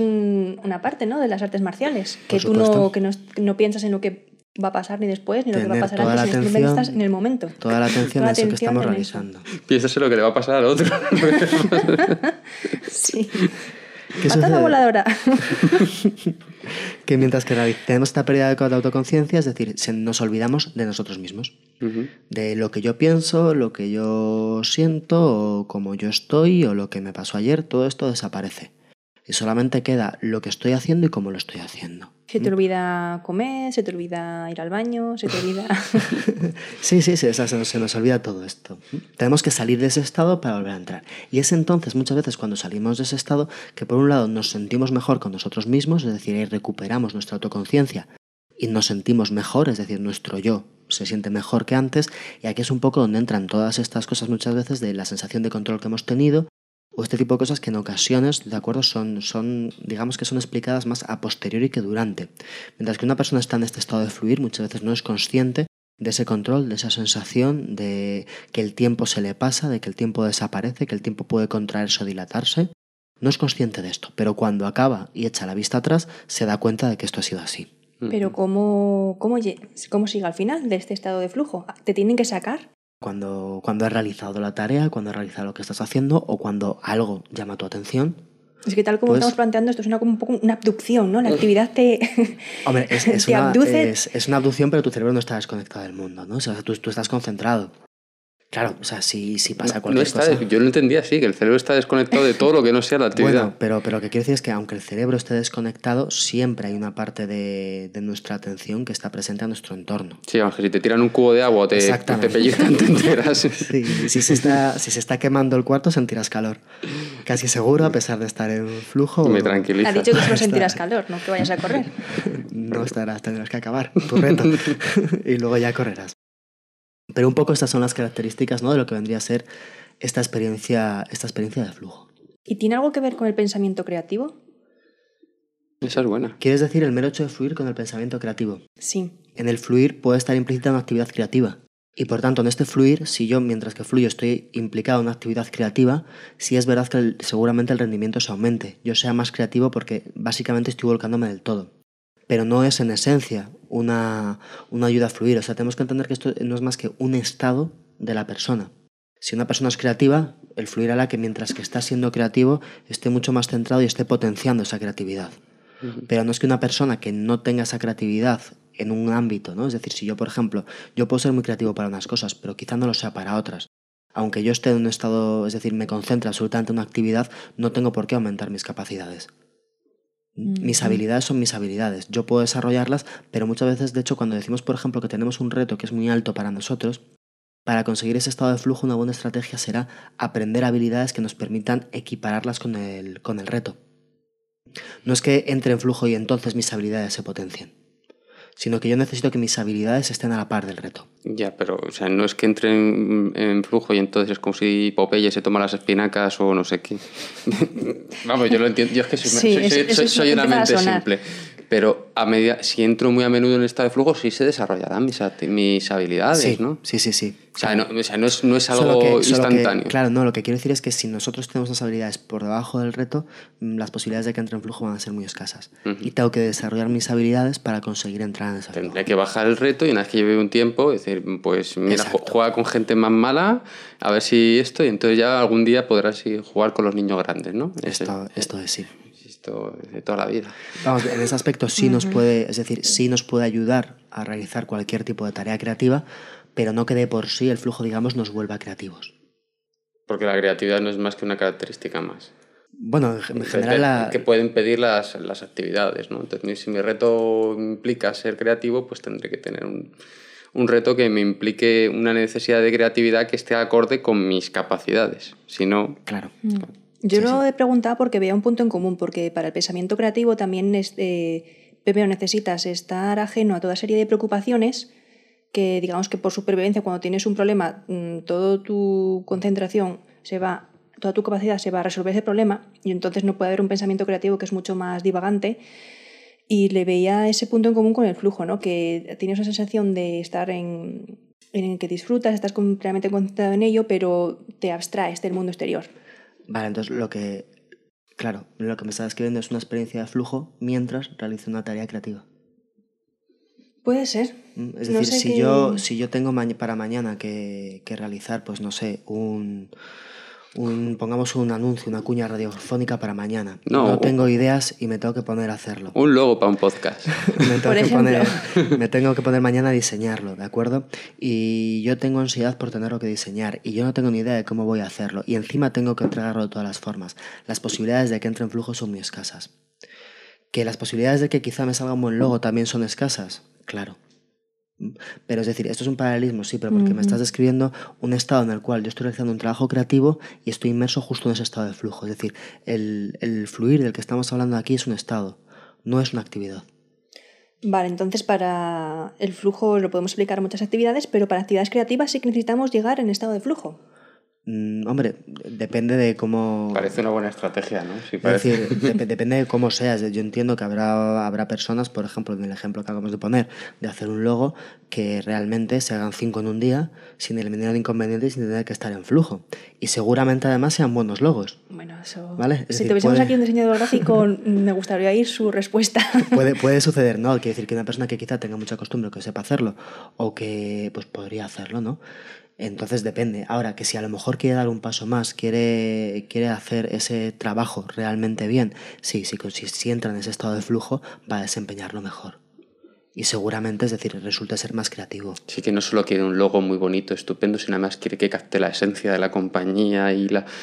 una parte, ¿no?, de las artes marciales. Por Que tú supuesto. que no piensas en lo que va a pasar ni después, ni lo que va a Tener pasar toda la antes, simplemente atención, estás en el momento. toda la atención Toda en eso que atención estamos en realizando. Piénsase lo que le va a pasar al otro. Sí. ¿Qué Patada sucede? voladora. Que mientras que tenemos esta pérdida de autoconciencia, es decir, nos olvidamos de nosotros mismos. Ujú. De lo que yo pienso, lo que yo siento, o cómo yo estoy, o lo que me pasó ayer, todo esto desaparece. Y solamente queda lo que estoy haciendo y cómo lo estoy haciendo. Se te olvida comer, se te olvida ir al baño, se te olvida... Sí, o sea, se nos olvida todo esto. Tenemos que salir de ese estado para volver a entrar. Y es entonces, muchas veces, cuando salimos de ese estado, que por un lado nos sentimos mejor con nosotros mismos, es decir, ahí recuperamos nuestra autoconciencia y nos sentimos mejor, es decir, nuestro yo se siente mejor que antes, y aquí es un poco donde entran todas estas cosas muchas veces de la sensación de control que hemos tenido, o este tipo de cosas que en ocasiones, de acuerdo, digamos que son explicadas más a posteriori que durante. Mientras que una persona está en este estado de fluir, muchas veces no es consciente de ese control, de esa sensación de que el tiempo se le pasa, de que el tiempo desaparece, que el tiempo puede contraerse o dilatarse. No es consciente de esto, pero cuando acaba y echa la vista atrás, se da cuenta de que esto ha sido así. Pero ¿cómo sigue al final de este estado de flujo? ¿Te tienen que sacar? Cuando has realizado la tarea, cuando has realizado lo que estás haciendo, o cuando algo llama tu atención. Es que tal como Pues- estamos planteando, esto es como un poco una abducción, ¿no? La actividad te, Hombre, es te abduce. es una abducción, pero tu cerebro no está desconectado del mundo, ¿no? O sea, tú estás concentrado. Claro, o sea, si pasa No cualquier está, cosa... yo lo entendía así, que el cerebro está desconectado de todo lo que no sea la actividad. Bueno, pero lo que quiero decir es que aunque el cerebro esté desconectado, siempre hay una parte de nuestra atención que está presente a nuestro entorno. Sí, vamos, que si te tiran un cubo de agua o te Exactamente. pellizcan, te enteras. Sí, si se está quemando el cuarto, sentirás calor. Casi seguro, a pesar de estar en flujo. Me tranquiliza. Ha dicho que solo sentirás calor, no que vayas a correr. No estarás, tendrás que acabar tu reto y luego ya correrás. Pero un poco estas son las características, ¿no?, de lo que vendría a ser esta experiencia de flujo. ¿Y tiene algo que ver con el pensamiento creativo? Esa es buena. ¿Quieres decir el mero hecho de fluir con el pensamiento creativo? Sí. En el fluir puede estar implícita una actividad creativa. Y por tanto, en este fluir, si yo mientras que fluyo estoy implicado en una actividad creativa, sí es verdad que seguramente el rendimiento se aumente. Yo sea más creativo porque básicamente estoy volcándome del todo. Pero no es en esencia una ayuda a fluir. O sea, tenemos que entender que esto no es más que un estado de la persona. Si una persona es creativa, el fluir hará que mientras que está siendo creativo esté mucho más centrado y esté potenciando esa creatividad. Pero no es que una persona que no tenga esa creatividad en un ámbito, ¿no? Es decir, si yo, por ejemplo, yo puedo ser muy creativo para unas cosas, pero quizá no lo sea para otras. Aunque yo esté en un estado, es decir, me concentre absolutamente en una actividad, no tengo por qué aumentar mis capacidades. Mis habilidades son mis habilidades. Yo puedo desarrollarlas, pero muchas veces, de hecho, cuando decimos, por ejemplo, que tenemos un reto que es muy alto para nosotros, para conseguir ese estado de flujo, una buena estrategia será aprender habilidades que nos permitan equipararlas con el reto. No es que entre en flujo y entonces mis habilidades se potencien, sino que yo necesito que mis habilidades estén a la par del reto. Ya, pero o sea, no es que entre en flujo y entonces es como si Popeye se toma las espinacas o no sé qué. Vamos, yo lo entiendo. Yo es que soy una mente simple. Pero si entro muy a menudo en estado de flujo, sí se desarrollarán mis habilidades, Sí, ¿no? sí. O sea, no es algo instantáneo. Claro, no, lo que quiero decir es que si nosotros tenemos unas habilidades por debajo del reto, las posibilidades de que entre en flujo van a ser muy escasas. Y tengo que desarrollar mis habilidades para conseguir entrar en ese flujo. Tendré que bajar el reto y una vez que lleve un tiempo, decir, pues mira, Exacto. juega con gente más mala, a ver si esto, y entonces ya algún día podrás jugar con los niños grandes, ¿no? Esto es sí. Esto de toda la vida. Vamos, en ese aspecto sí nos puede, es decir, sí nos puede ayudar a realizar cualquier tipo de tarea creativa, pero no que de por sí el flujo, digamos, nos vuelva creativos. Porque la creatividad no es más que una característica más. Bueno, en general... Que pueden pedir las actividades, ¿no? Entonces, si mi reto implica ser creativo, pues tendré que tener un reto que me implique una necesidad de creatividad que esté acorde con mis capacidades. Si no... Claro. Yo Sí, lo he preguntado porque veo un punto en común, porque para el pensamiento creativo también primero necesitas estar ajeno a toda serie de preocupaciones que, digamos que por supervivencia, cuando tienes un problema, toda tu concentración toda tu capacidad se va a resolver ese problema, y entonces no puede haber un pensamiento creativo que es mucho más divagante. Y le veía ese punto en común con el flujo, ¿no? Que tienes una sensación de estar en el que disfrutas, estás plenamente concentrado en ello, pero te abstraes del mundo exterior. Vale, entonces Claro, lo que me estás escribiendo es una experiencia de flujo mientras realizo una tarea creativa. Puede ser. Es No decir, sé si yo tengo para mañana que realizar, pues no sé, pongamos un anuncio, una cuña radiofónica para mañana. No, No tengo ideas y me tengo que poner a hacerlo. un logo para un podcast. Por ejemplo. Me tengo que poner mañana a diseñarlo, ¿de acuerdo? Y yo tengo ansiedad por tenerlo que diseñar y yo no tengo ni idea de cómo voy a hacerlo y encima tengo que entregarlo de todas las formas. Las posibilidades de que entre en flujo son muy escasas. ¿Que las posibilidades de que quizá me salga un buen logo también son escasas? Claro. Pero es decir, esto es un paralelismo, sí, pero porque me estás describiendo un estado en el cual yo estoy realizando un trabajo creativo y estoy inmerso justo en ese estado de flujo. Es decir, el fluir del que estamos hablando aquí es un estado, no es una actividad. Vale, entonces para el flujo lo podemos explicar en muchas actividades, pero para actividades creativas sí que necesitamos llegar en estado de flujo. Hombre, depende de cómo... Parece una buena estrategia, ¿no? Sí, Es parece. decir, depende de cómo seas. Yo entiendo que habrá personas, por ejemplo, en el ejemplo que acabamos de poner, de hacer un logo, que realmente se hagan 5 en un día sin eliminar inconvenientes y sin tener que estar en flujo. Y seguramente además sean buenos logos. Bueno, eso... ¿Vale? Es Si decir, tuviésemos puede- aquí un diseñador gráfico, me gustaría oír su respuesta. Puede suceder, ¿no? Quiere decir que una persona que quizá tenga mucha costumbre o que sepa hacerlo o que pues podría hacerlo, ¿no? Entonces depende. Ahora, que si a lo mejor quiere dar un paso más, quiere hacer ese trabajo realmente bien, sí, si entra en ese estado de flujo, va a desempeñarlo mejor. Y seguramente, es decir, resulta ser más creativo. Sí, que no solo quiere un logo muy bonito, estupendo, sino además quiere que capte la esencia de la compañía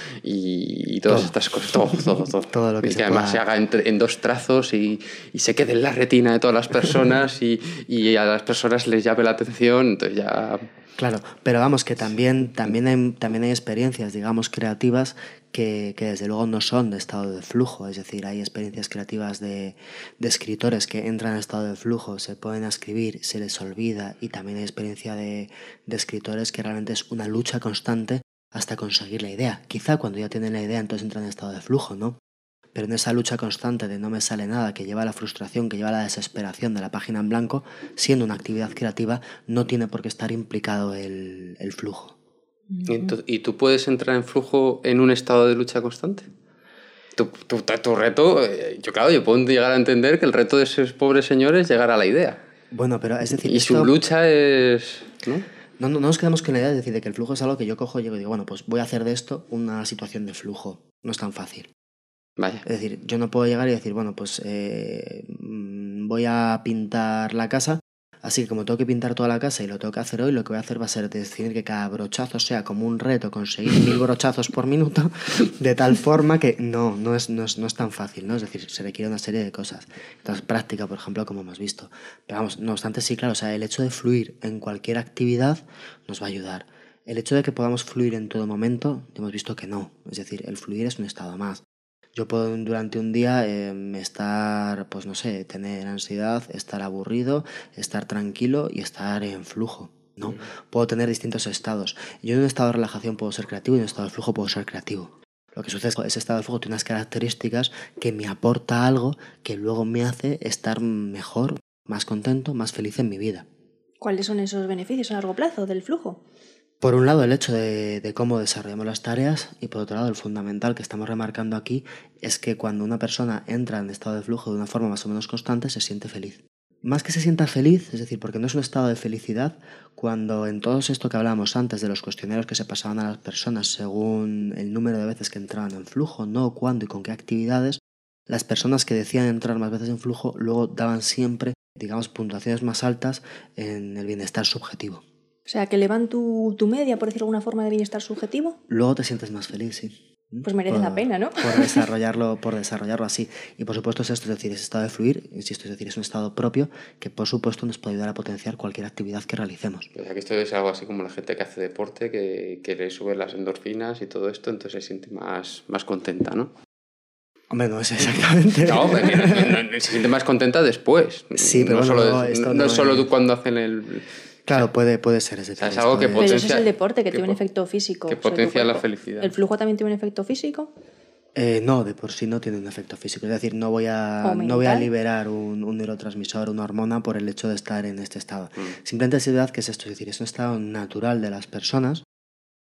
y todas estas cosas. Todo. Todo lo que y se que además pueda. se haga en 2 trazos y se quede en la retina de todas las personas y a las personas les llame la atención. Entonces ya... Claro, pero vamos, que también hay experiencias, digamos, creativas que desde luego no son de estado de flujo. Es decir, hay experiencias creativas de escritores que entran en estado de flujo, se ponen a escribir, se les olvida, y también hay experiencia de escritores que realmente es una lucha constante hasta conseguir la idea. Quizá cuando ya tienen la idea entonces entran en estado de flujo, ¿no? Pero en esa lucha constante de no me sale nada, que lleva a la frustración, que lleva a la desesperación de la página en blanco, siendo una actividad creativa, no tiene por qué estar implicado el flujo. ¿Y tú puedes entrar en flujo en un estado de lucha constante? Tu reto, yo puedo llegar a entender que el reto de esos pobres señores es llegar a la idea. Bueno, pero es decir... Y su lucha es... ¿no? No nos quedamos con la idea de decir de que el flujo es algo que yo cojo y digo, bueno, pues voy a hacer de esto una situación de flujo. No es tan fácil. Vaya. Es decir, yo no puedo llegar y decir, bueno, pues voy a pintar la casa, así que como tengo que pintar toda la casa y lo tengo que hacer hoy, lo que voy a hacer va a ser decidir que cada brochazo sea como un reto, conseguir 1000 brochazos por minuto, de tal forma que no es tan fácil, ¿no? Es decir, se requiere una serie de cosas. Entonces, práctica, por ejemplo, como hemos visto. Pero vamos, no obstante, sí, claro, o sea, el hecho de fluir en cualquier actividad nos va a ayudar. El hecho de que podamos fluir en todo momento, hemos visto que no. Es decir, el fluir es un estado más. Yo puedo durante un día estar, pues no sé, tener ansiedad, estar aburrido, estar tranquilo y estar en flujo, ¿no? Puedo tener distintos estados. Yo en un estado de relajación puedo ser creativo y en un estado de flujo puedo ser creativo. Lo que sucede es que ese estado de flujo tiene unas características que me aporta algo que luego me hace estar mejor, más contento, más feliz en mi vida. ¿Cuáles son esos beneficios a largo plazo del flujo? Por un lado, el hecho de cómo desarrollamos las tareas, y por otro lado, el fundamental que estamos remarcando aquí es que cuando una persona entra en estado de flujo de una forma más o menos constante, se siente feliz. Más que se sienta feliz, es decir, porque no es un estado de felicidad, cuando en todo esto que hablábamos antes de los cuestionarios que se pasaban a las personas según el número de veces que entraban en flujo, no, cuándo y con qué actividades, las personas que decían entrar más veces en flujo luego daban siempre, digamos, puntuaciones más altas en el bienestar subjetivo. O sea, que elevan tu media, por decirlo de alguna forma, de bienestar subjetivo. Luego te sientes más feliz, sí. Pues merece la pena, ¿no? Por desarrollarlo así. Y por supuesto es esto, es decir, ese estado de fluir, insisto, es decir, es un estado propio que por supuesto nos puede ayudar a potenciar cualquier actividad que realicemos. O sea, que esto es algo así como la gente que hace deporte, que le suben las endorfinas y todo esto, entonces se siente más contenta, ¿no? Hombre, no es exactamente... No, se siente más contenta después. Sí, pero no bueno, solo, esto no no es solo es... tú cuando hacen el... Claro, puede ser. Es decir, es algo que Pero eso es potencia- el deporte, que que tiene un po- efecto físico. que sobre tu potencia la cuerpo. felicidad. ¿El flujo también tiene un efecto físico? No, de por sí no tiene un efecto físico. Es decir, no voy a mental. liberar un neurotransmisor, una hormona por el hecho de estar en este estado. Simplemente es verdad que es esto, es decir, es un estado natural de las personas,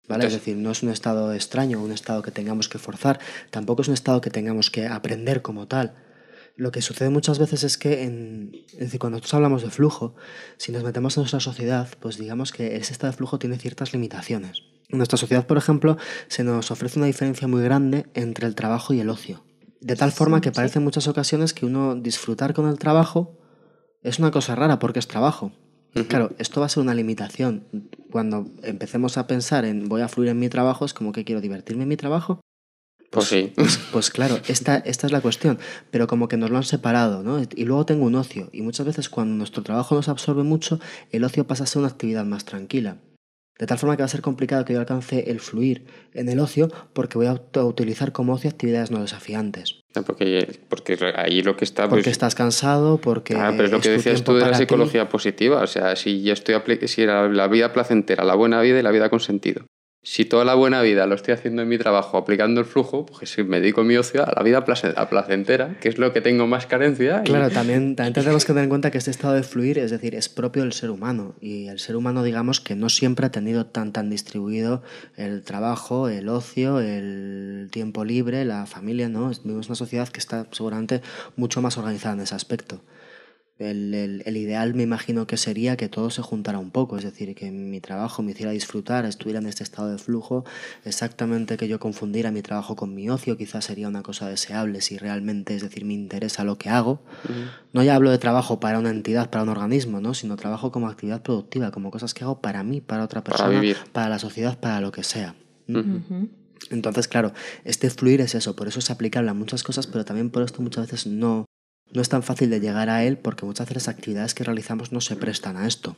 ¿vale? Entonces, Es decir, no es un estado extraño, un estado que tengamos que forzar, tampoco es un estado que tengamos que aprender como tal. Lo que sucede muchas veces es que, es decir, cuando nosotros hablamos de flujo, si nos metemos en nuestra sociedad, pues digamos que ese estado de flujo tiene ciertas limitaciones. En nuestra sociedad, por ejemplo, se nos ofrece una diferencia muy grande entre el trabajo y el ocio. De tal forma que parece en muchas ocasiones que uno disfrutar con el trabajo es una cosa rara porque es trabajo. Claro, esto va a ser una limitación. Cuando empecemos a pensar en voy a fluir en mi trabajo, es como que quiero divertirme en mi trabajo. pues sí. Pues claro, esta es la cuestión, pero como que nos lo han separado, ¿no? Y luego tengo un ocio, y muchas veces cuando nuestro trabajo nos absorbe mucho, el ocio pasa a ser una actividad más tranquila. De tal forma que va a ser complicado que yo alcance el fluir en el ocio porque voy a utilizar como ocio actividades no desafiantes. Porque ahí lo que está... Porque pues, estás cansado, porque... Claro, pero es lo que tu decías tiempo tú de la para ti. psicología positiva. O sea, si yo estoy si la vida placentera, la buena vida y la vida con sentido. Si toda la buena vida lo estoy haciendo en mi trabajo, aplicando el flujo, pues si me dedico mi ocio a la vida placentera, que es lo que tengo más carencia. Claro, también tenemos que tener en cuenta que este estado de fluir, es decir, es propio del ser humano. Y el ser humano, digamos, que no siempre ha tenido tan distribuido el trabajo, el ocio, el tiempo libre, la familia, ¿no? Vivimos una sociedad que está seguramente mucho más organizada en ese aspecto. El ideal me imagino que sería que todo se juntara un poco, es decir, que mi trabajo me hiciera disfrutar, estuviera en este estado de flujo, exactamente que yo confundiera mi trabajo con mi ocio, quizás sería una cosa deseable si realmente, es decir, me interesa lo que hago. No ya hablo de trabajo para una entidad, para un organismo, ¿no? Sino trabajo como actividad productiva, como cosas que hago para mí, para otra persona, vivir. para la sociedad, para lo que sea. Entonces, claro, este fluir es eso, por eso es aplicable a muchas cosas, pero también por esto muchas veces no es tan fácil de llegar a él porque muchas veces las actividades que realizamos no se prestan a esto.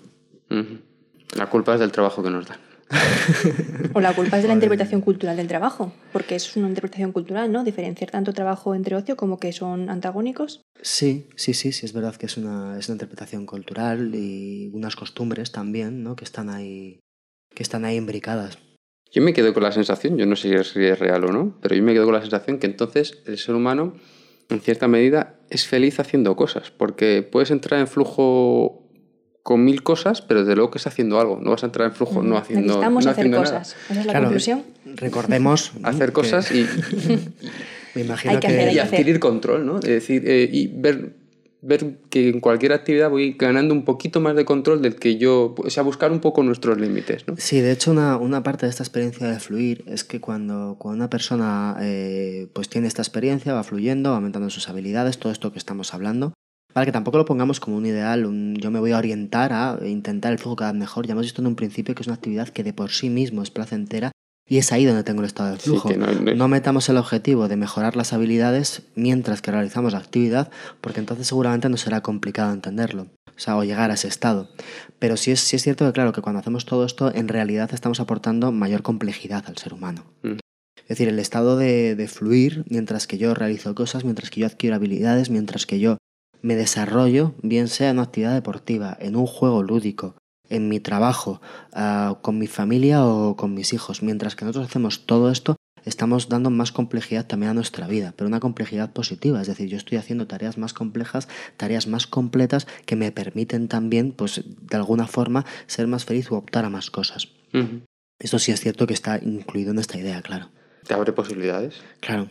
La culpa es del trabajo que nos dan. O la culpa es de la interpretación cultural del trabajo, porque es una interpretación cultural, ¿no? Diferenciar tanto trabajo entre ocio como que son antagónicos. Sí, es verdad que es una interpretación cultural y unas costumbres también, ¿no? que están ahí imbricadas. Yo me quedo con la sensación, yo no sé si es real o no, pero yo me quedo con la sensación que entonces el ser humano, en cierta medida, es feliz haciendo cosas, porque puedes entrar en flujo con 1000 cosas, pero desde luego que estás haciendo algo. No vas a entrar en flujo no haciendo nada. Necesitamos hacer cosas. Esa es la conclusión. Recordemos Hacer cosas y me imagino Hay que hacer, y adquirir control, ¿no? Es decir, y ver que en cualquier actividad voy ganando un poquito más de control del que yo... O sea, buscar un poco nuestros límites, ¿no? Sí, de hecho una parte de esta experiencia de fluir es que cuando una persona pues tiene esta experiencia, va fluyendo, va aumentando sus habilidades, todo esto que estamos hablando, para que tampoco lo pongamos como un ideal, yo me voy a orientar a intentar el flujo cada vez mejor. Ya hemos visto en un principio que es una actividad que de por sí mismo es placentera y es ahí donde tengo el estado de flujo. Sí, no metamos el objetivo de mejorar las habilidades mientras que realizamos la actividad, porque entonces seguramente nos será complicado entenderlo, o llegar a ese estado. Pero sí es cierto que, claro, que cuando hacemos todo esto, en realidad estamos aportando mayor complejidad al ser humano. Es decir, el estado de fluir mientras que yo realizo cosas, mientras que yo adquiero habilidades, mientras que yo me desarrollo, bien sea en una actividad deportiva, en un juego lúdico, en mi trabajo, con mi familia o con mis hijos. Mientras que nosotros hacemos todo esto, estamos dando más complejidad también a nuestra vida, pero una complejidad positiva. Es decir, yo estoy haciendo tareas más complejas, tareas más completas que me permiten también, pues, de alguna forma, ser más feliz o optar a más cosas. Eso sí es cierto que está incluido en esta idea, claro. ¿Te abre posibilidades? Claro.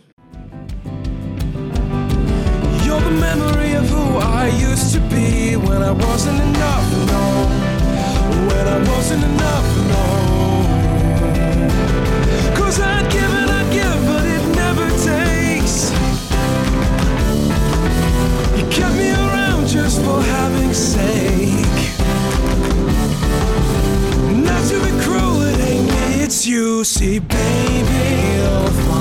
You're the memory of who I used to be when I wasn't enough, no. When I wasn't enough, no. 'Cause I'd give, but it never takes. You kept me around just for having sake. Not to be cruel, it ain't me, it's you. See, baby, you'll find